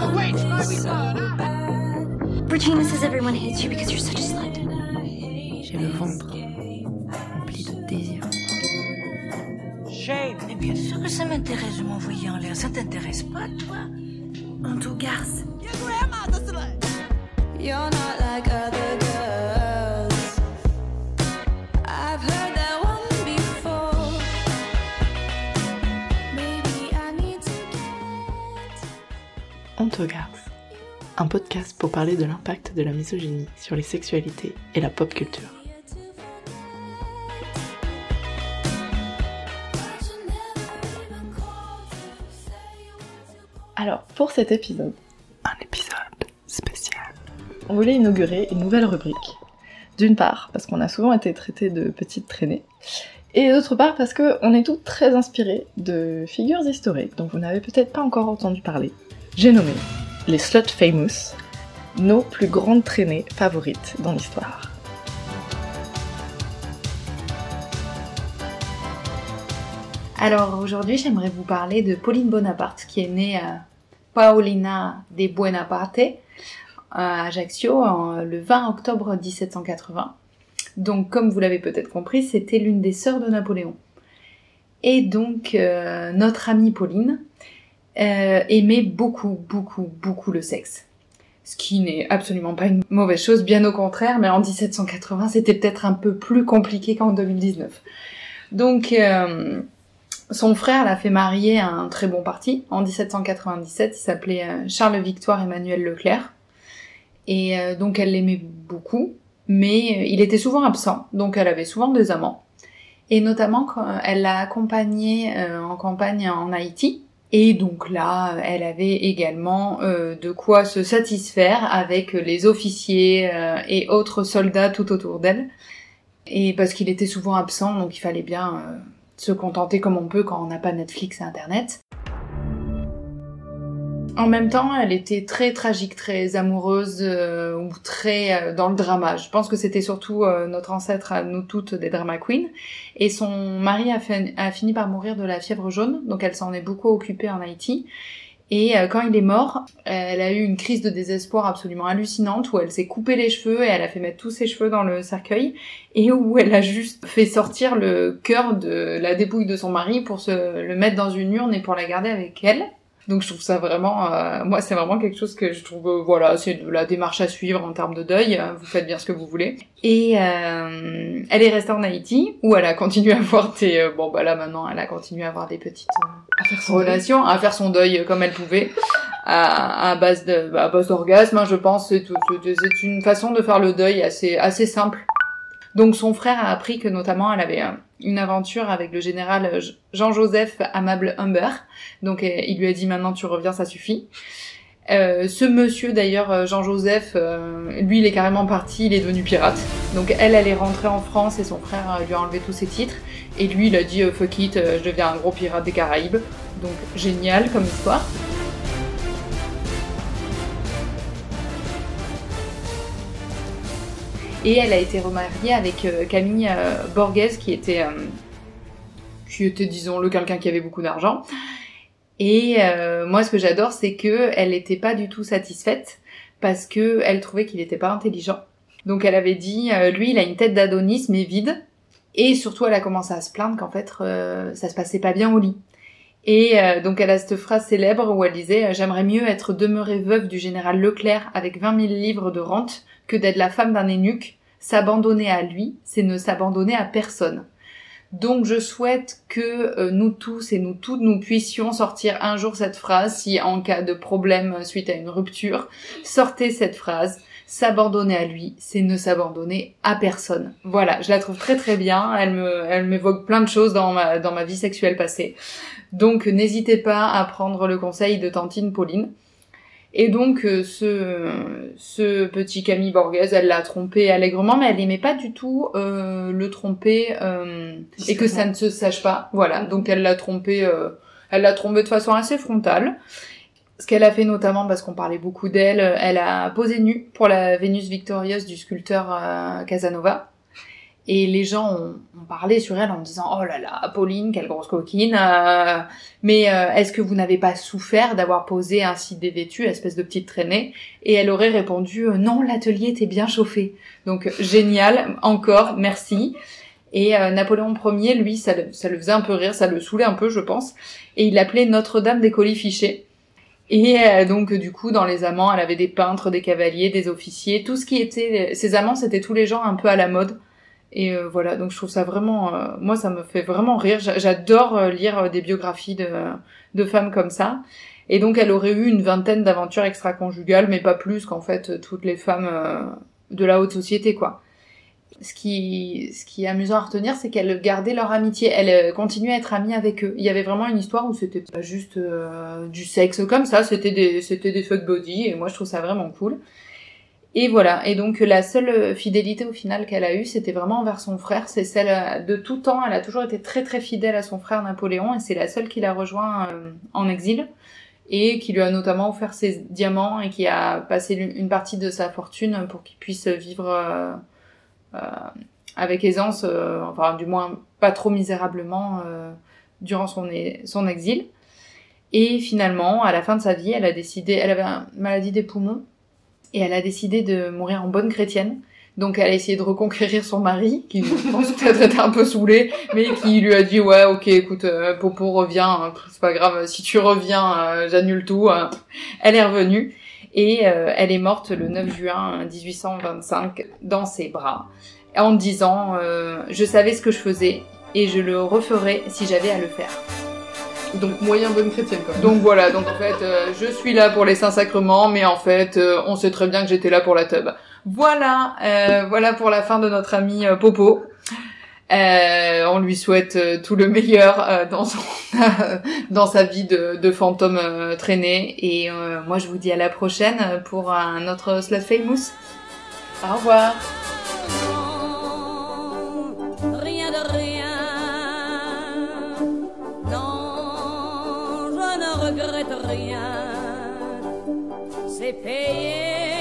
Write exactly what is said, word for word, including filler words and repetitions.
Regina says everyone hates you because you're such a slut. J'ai le ventre rempli de désir. Shame. Mais bien sûr que ça m'intéresse de m'envoyer en l'air. Ça t'intéresse pas, toi? On te garce. You're not like other girls. I've heard that one before. Maybe I need to get. On te garce. Un podcast pour parler de l'impact de la misogynie sur les sexualités et la pop culture. Alors, pour cet épisode, un épisode spécial, on voulait inaugurer une nouvelle rubrique. D'une part, parce qu'on a souvent été traités de petites traînées, et d'autre part, parce qu'on est toutes très inspirées de figures historiques dont vous n'avez peut-être pas encore entendu parler. J'ai nommé les Slut Famous, nos plus grandes traînées favorites dans l'histoire. Alors aujourd'hui, j'aimerais vous parler de Pauline Bonaparte, qui est née à Paolina de Buonaparte, à Ajaccio, en, le vingt octobre dix-sept cent quatre-vingts. Donc, comme vous l'avez peut-être compris, c'était l'une des sœurs de Napoléon. Et donc, euh, notre amie Pauline euh, aimait beaucoup, beaucoup, beaucoup le sexe. Ce qui n'est absolument pas une mauvaise chose, bien au contraire, mais en dix-sept cent quatre-vingts, c'était peut-être un peu plus compliqué qu'en deux mille dix-neuf. Donc, euh, son frère l'a fait marier à un très bon parti. En dix-sept cent quatre-vingt-dix-sept, il s'appelait Charles-Victoire Emmanuel Leclerc. Et euh, donc, elle l'aimait beaucoup, mais euh, il était souvent absent, donc elle avait souvent des amants. Et notamment, quand elle l'a accompagné euh, en campagne en Haïti. Et donc là, elle avait également euh, de quoi se satisfaire avec les officiers euh, et autres soldats tout autour d'elle. Et parce qu'il était souvent absent, donc il fallait bien euh, se contenter comme on peut quand on n'a pas Netflix et Internet. En même temps, elle était très tragique, très amoureuse euh, ou très euh, dans le drama. Je pense que c'était surtout euh, notre ancêtre à nous toutes des drama queens. Et son mari a, fait, a fini par mourir de la fièvre jaune, donc elle s'en est beaucoup occupée en Haïti. Et euh, quand il est mort, elle a eu une crise de désespoir absolument hallucinante où elle s'est coupé les cheveux et elle a fait mettre tous ses cheveux dans le cercueil et où elle a juste fait sortir le cœur de la dépouille de son mari pour se le mettre dans une urne et pour la garder avec elle. Donc je trouve ça vraiment, euh, moi c'est vraiment quelque chose que je trouve, euh, voilà, c'est de la démarche à suivre en termes de deuil, euh, vous faites bien ce que vous voulez. Et euh, elle est restée en Haïti, où elle a continué à avoir des, euh, bon bah là maintenant elle a continué à avoir des petites euh, à faire son relations, deuil. à faire son deuil comme elle pouvait, à, à base de, à base d'orgasme, hein, je pense, c'est, c'est, c'est une façon de faire le deuil assez, assez simple. Donc son frère a appris que notamment elle avait une aventure avec le général Jean-Joseph Amable Humbert. Donc il lui a dit maintenant tu reviens, ça suffit. Euh, ce monsieur d'ailleurs, Jean-Joseph, euh, lui il est carrément parti, il est devenu pirate. Donc elle, elle est rentrée en France et son frère lui a enlevé tous ses titres. Et lui il a dit fuck it, je deviens un gros pirate des Caraïbes. Donc génial comme histoire. Et elle a été remariée avec euh, Camille euh, Borghese, qui était, euh, qui était, disons-le, quelqu'un qui avait beaucoup d'argent. Et euh, moi, ce que j'adore, c'est que elle n'était pas du tout satisfaite parce que elle trouvait qu'il n'était pas intelligent. Donc, elle avait dit, euh, lui, il a une tête d'Adonis, mais vide. Et surtout, elle a commencé à se plaindre qu'en fait, euh, ça se passait pas bien au lit. Et euh, donc, elle a cette phrase célèbre où elle disait « J'aimerais mieux être demeurée veuve du général Leclerc avec vingt mille livres de rente que d'être la femme d'un eunuque. S'abandonner à lui, c'est ne s'abandonner à personne. » Donc, je souhaite que euh, nous tous et nous toutes, nous puissions sortir un jour cette phrase, si en cas de problème suite à une rupture, sortez cette phrase. S'abandonner à lui, c'est ne s'abandonner à personne. Voilà, je la trouve très très bien, elle me, elle m'évoque plein de choses dans ma, dans ma vie sexuelle passée. Donc n'hésitez pas à prendre le conseil de tantine Pauline. Et donc ce, ce petit Camille Borghese, elle l'a trompé allègrement, mais elle aimait pas du tout euh, le tromper euh, et que ça ne se sache pas. Voilà, donc elle l'a trompé, euh, elle l'a trompé de façon assez frontale. Ce qu'elle a fait notamment, parce qu'on parlait beaucoup d'elle, elle a posé nue pour la Vénus victorieuse du sculpteur euh, Casanova. Et les gens ont, ont parlé sur elle en disant « Oh là là, Pauline, quelle grosse coquine euh, mais euh, est-ce que vous n'avez pas souffert d'avoir posé ainsi dévêtue, espèce de petite traînée ?» Et elle aurait répondu « Non, l'atelier était bien chauffé. » Donc génial, encore, merci. Et euh, Napoléon Ier, lui, ça le, ça le faisait un peu rire, ça le saoulait un peu, je pense. Et il l'appelait Notre-Dame des Colifichets. Et euh, donc, du coup, dans les amants, elle avait des peintres, des cavaliers, des officiers, tout ce qui était... Ces amants, c'était tous les gens un peu à la mode. Et euh, voilà, donc je trouve ça vraiment... Euh, moi, ça me fait vraiment rire. J'adore euh, lire des biographies de, de femmes comme ça. Et donc, elle aurait eu une vingtaine d'aventures extra-conjugales, mais pas plus qu'en fait, toutes les femmes euh, de la haute société, quoi. Ce qui, ce qui est amusant à retenir, c'est qu'elles gardaient leur amitié. Elles continuaient à être amies avec eux. Il y avait vraiment une histoire où c'était pas juste euh, du sexe comme ça, c'était des, c'était des fuck buddies, et moi, je trouve ça vraiment cool. Et voilà, et donc la seule fidélité au final qu'elle a eue, c'était vraiment envers son frère, c'est celle de tout temps, elle a toujours été très très fidèle à son frère Napoléon, et c'est la seule qui l'a rejoint euh, en exil, et qui lui a notamment offert ses diamants, et qui a passé une partie de sa fortune pour qu'il puisse vivre euh, euh, avec aisance, euh, enfin du moins pas trop misérablement, euh, durant son, son exil. Et finalement, à la fin de sa vie, elle a décidé, elle avait une maladie des poumons, et elle a décidé de mourir en bonne chrétienne. Donc elle a essayé de reconquérir son mari, qui je pense peut-être était un peu saoulé, mais qui lui a dit « Ouais, ok, écoute, euh, Popo, reviens, c'est pas grave, si tu reviens, euh, j'annule tout. Euh. » Elle est revenue, et euh, elle est morte le neuf juin dix-huit cent vingt-cinq dans ses bras, en disant euh, « Je savais ce que je faisais, et je le referais si j'avais à le faire. » Donc moyen bonne chrétienne, quoi. Donc voilà, donc en fait, euh, je suis là pour les Saints-Sacrements, mais en fait, euh, on sait très bien que j'étais là pour la teub. Voilà, euh, voilà pour la fin de notre ami euh, Popo. Euh, on lui souhaite euh, tout le meilleur euh, dans son, dans sa vie de, de fantôme euh, traîné. Et euh, moi, je vous dis à la prochaine pour un autre Slut Famous. Au revoir. Non, rien de rien. Non, je ne regrette rien. C'est payé